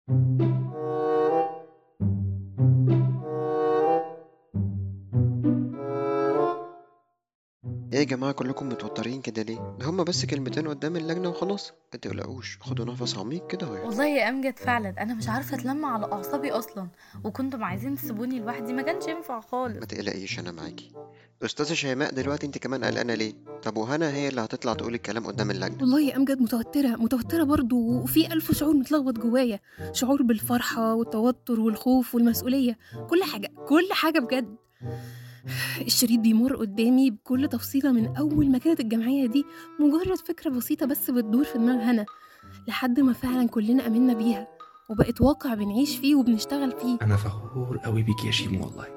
ايه يا جماعة كلكم متوترين كده ليه؟ ده هما بس كلمتين قدام اللجنة وخلاص، متقلقوش، خدوا نفس عميق كده والله ويحصل. يا امجد فعلا انا مش عارفه اتلم على اعصابي اصلا، وكنتم عايزين تسيبوني لوحدي، ما كانش ينفع خالص. ما تقلقيش انا معاكي. استاذة شيماء دلوقتي انت كمان قلقانة ليه؟ طب وهنا هي اللي هتطلع تقول الكلام قدام اللجنة. والله يا أمجد متوترة برضه، وفي ألف شعور متلخبط جوايا. شعور بالفرحة والتوتر والخوف والمسؤولية، كل حاجة بجد. الشريط بيمر قدامي بكل تفصيلة، من أول ما كانت الجمعية دي مجرد فكرة بسيطة بس بتدور في دماغ هنا، لحد ما فعلا كلنا آمنا بيها وبقت واقع بنعيش فيه وبنشتغل فيه. أنا فخور قوي بيك يا شيمو، والله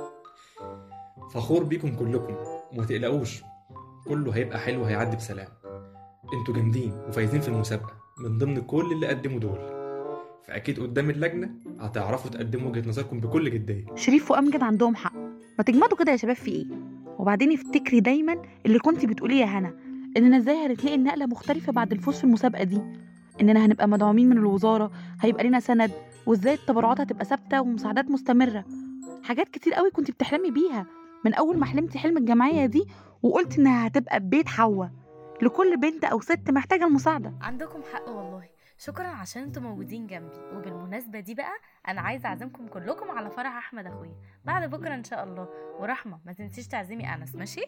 فخور بيكم كلكم. وما تقلقوش، كله هيبقى حلو، هيعدي بسلام. انتوا جامدين وفايزين في المسابقة من ضمن كل اللي قدموا دول، فأكيد قدام اللجنة هتعرفوا تقدموا وجهة نظركم بكل جدية. شريف وأمجد عندهم حق، ما تجمدوا كده يا شباب في ايه. وبعدين افتكري دايما اللي كنتي بتقوليه يا هنا، اننا ازاي هنتلاقي النقله مختلفه بعد الفوز في المسابقه دي، اننا هنبقى مدعومين من الوزاره، هيبقى لنا سند، وازاي التبرعات هتبقى ثابته ومساعدات مستمره. حاجات كتير قوي كنتي بتحلمي بيها من اول ما حلمتي حلم الجمعيه دي، وقلت انها هتبقى بيت حوا لكل بنت او ست محتاجه المساعده. عندكم حق والله. شكرا عشان انتوا موجودين جنبي. وبالمناسبه دي بقى انا عايزه اعزمكم كلكم على فرح احمد اخويا بعد بكره ان شاء الله. ورحمه ما تنسيش تعزمي انس، ماشي؟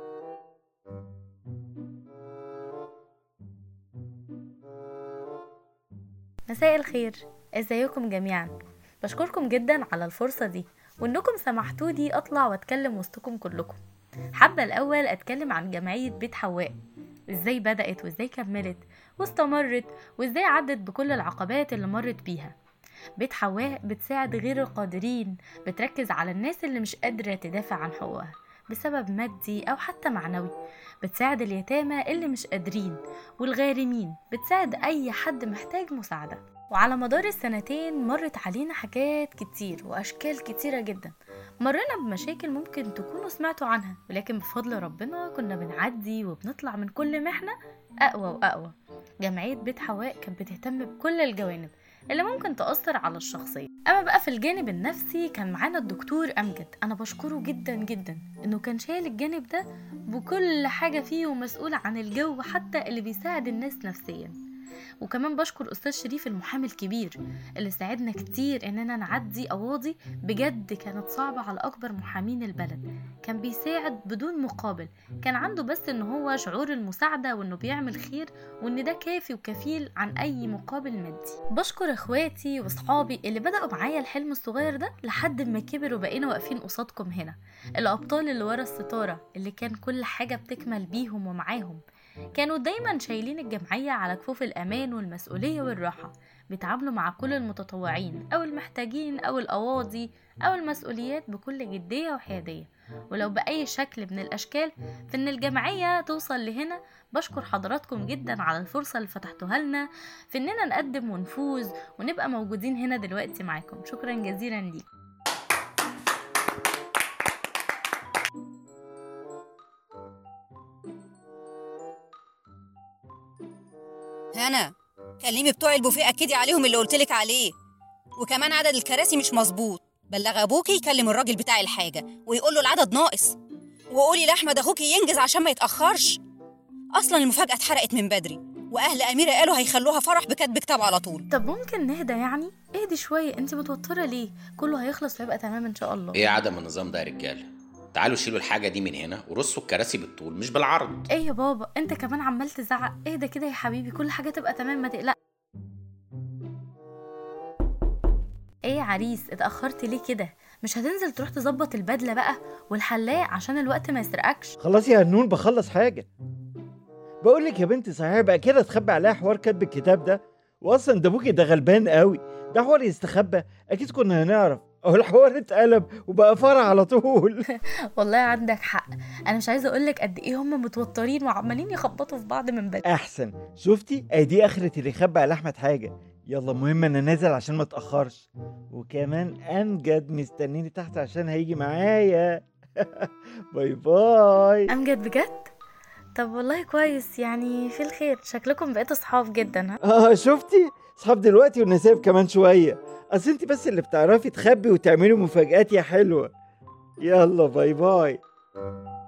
مساء الخير، ازيكم جميعا؟ بشكركم جدا على الفرصة دي، وانكم سمحتولي اطلع واتكلم وسطكم كلكم. حابة الاول اتكلم عن جمعية بيت حواء، ازاي بدأت وازاي كملت واستمرت وازاي عدت بكل العقبات اللي مرت بيها. بيت حواء بتساعد غير القادرين، بتركز على الناس اللي مش قادرة تدافع عن حقوقها بسبب مادي أو حتى معنوي، بتساعد اليتامى اللي مش قادرين والغارمين، بتساعد أي حد محتاج مساعدة. وعلى مدار السنتين مرت علينا حاجات كتير وأشكال كتيرة جدا، مرنا بمشاكل ممكن تكونوا سمعتوا عنها، ولكن بفضل ربنا كنا بنعدي وبنطلع من كل محنة أقوى وأقوى. جمعية بيت حواء كانت بتهتم بكل الجوانب اللي ممكن تأثر على الشخصية. أما بقى في الجانب النفسي كان معانا الدكتور أمجد، أنا بشكره جدا جدا إنه كان شايل الجانب ده بكل حاجة فيه، ومسؤول عن الجو حتى اللي بيساعد الناس نفسيا. وكمان بشكر أستاذ شريف المحامي الكبير اللي ساعدنا كتير إننا نعدي قواضي بجد كانت صعبة على أكبر محامين البلد. كان بيساعد بدون مقابل، كان عنده بس إن هو شعور المساعدة وإنه بيعمل خير، وإن ده كافي وكفيل عن أي مقابل مادي. بشكر إخواتي وصحابي اللي بدأوا معايا الحلم الصغير ده لحد ما كبر وبقينا واقفين قصادكم هنا، الأبطال اللي ورا الستارة اللي كان كل حاجة بتكمل بيهم ومعاهم. كانوا دايما شايلين الجمعية على كفوف الأمان والمسؤولية والراحة، بيتعاملوا مع كل المتطوعين أو المحتاجين أو القواضي أو المسؤوليات بكل جدية وحيادية، ولو بأي شكل من الأشكال في إن الجمعية توصل لهنا. بشكر حضراتكم جدا على الفرصة اللي فتحتوها لنا في إننا نقدم ونفوز ونبقى موجودين هنا دلوقتي معاكم. شكرا جزيلا ليك. هنا، كلمي بتوع البوفيه اكدي عليهم اللي قلتلك عليه، وكمان عدد الكراسي مش مظبوط. بلغ ابوكي يكلم الراجل بتاع الحاجه ويقول له العدد ناقص، وقولي لاحمد اخوكي ينجز عشان ما يتاخرش. اصلا المفاجاه اتحرقت من بدري، واهل اميره قالوا هيخلوها فرح بكتب كتاب على طول. طب ممكن نهدى يعني؟ اهدي شوية، انت متوترة ليه؟ كله هيخلص ويبقى تمام ان شاء الله. ايه عدم النظام ده يا رجاله؟ تعالوا شيلوا الحاجه دي من هنا ورصوا الكراسي بالطول مش بالعرض. ايه يا بابا انت كمان عمال تزعق؟ اهدى كده يا حبيبي، كل حاجة تبقى تمام، ما تقلق. ايه يا عريس اتأخرت ليه كده؟ مش هتنزل تروح تظبط البدلة بقى والحلاق عشان الوقت ما يسرقكش؟ خلاص يا هنون بخلص حاجة. بقولك يا بنتي صحيح بقى كده تخبي عليها حوار كتب الكتاب ده؟ واصلا ده ابوكي ده غلبان قوي، ده حوار يستخبى؟ اكيد كنا هنعرف، او الحوار اتقلب وبقى فرع على طول. والله عندك حق، انا مش عايزه اقولك قد ايه هم متوترين وعمالين يخبطوا في بعض من بدري. احسن، شفتي ادي اخرة اللي يخبي على احمد حاجة. يلا مهم انا نازل عشان ما اتاخرش، وكمان امجد مستنيني تحت عشان هيجي معايا. باي باي. امجد بجد؟ طب والله كويس، يعني في الخير، شكلكم بقيتوا صحاب جدا. ها شفتي اصحاب دلوقتي والنسايب كمان شويه، اصل انت بس اللي بتعرفي تخبي وتعملي مفاجآت يا حلوه. يلا باي باي.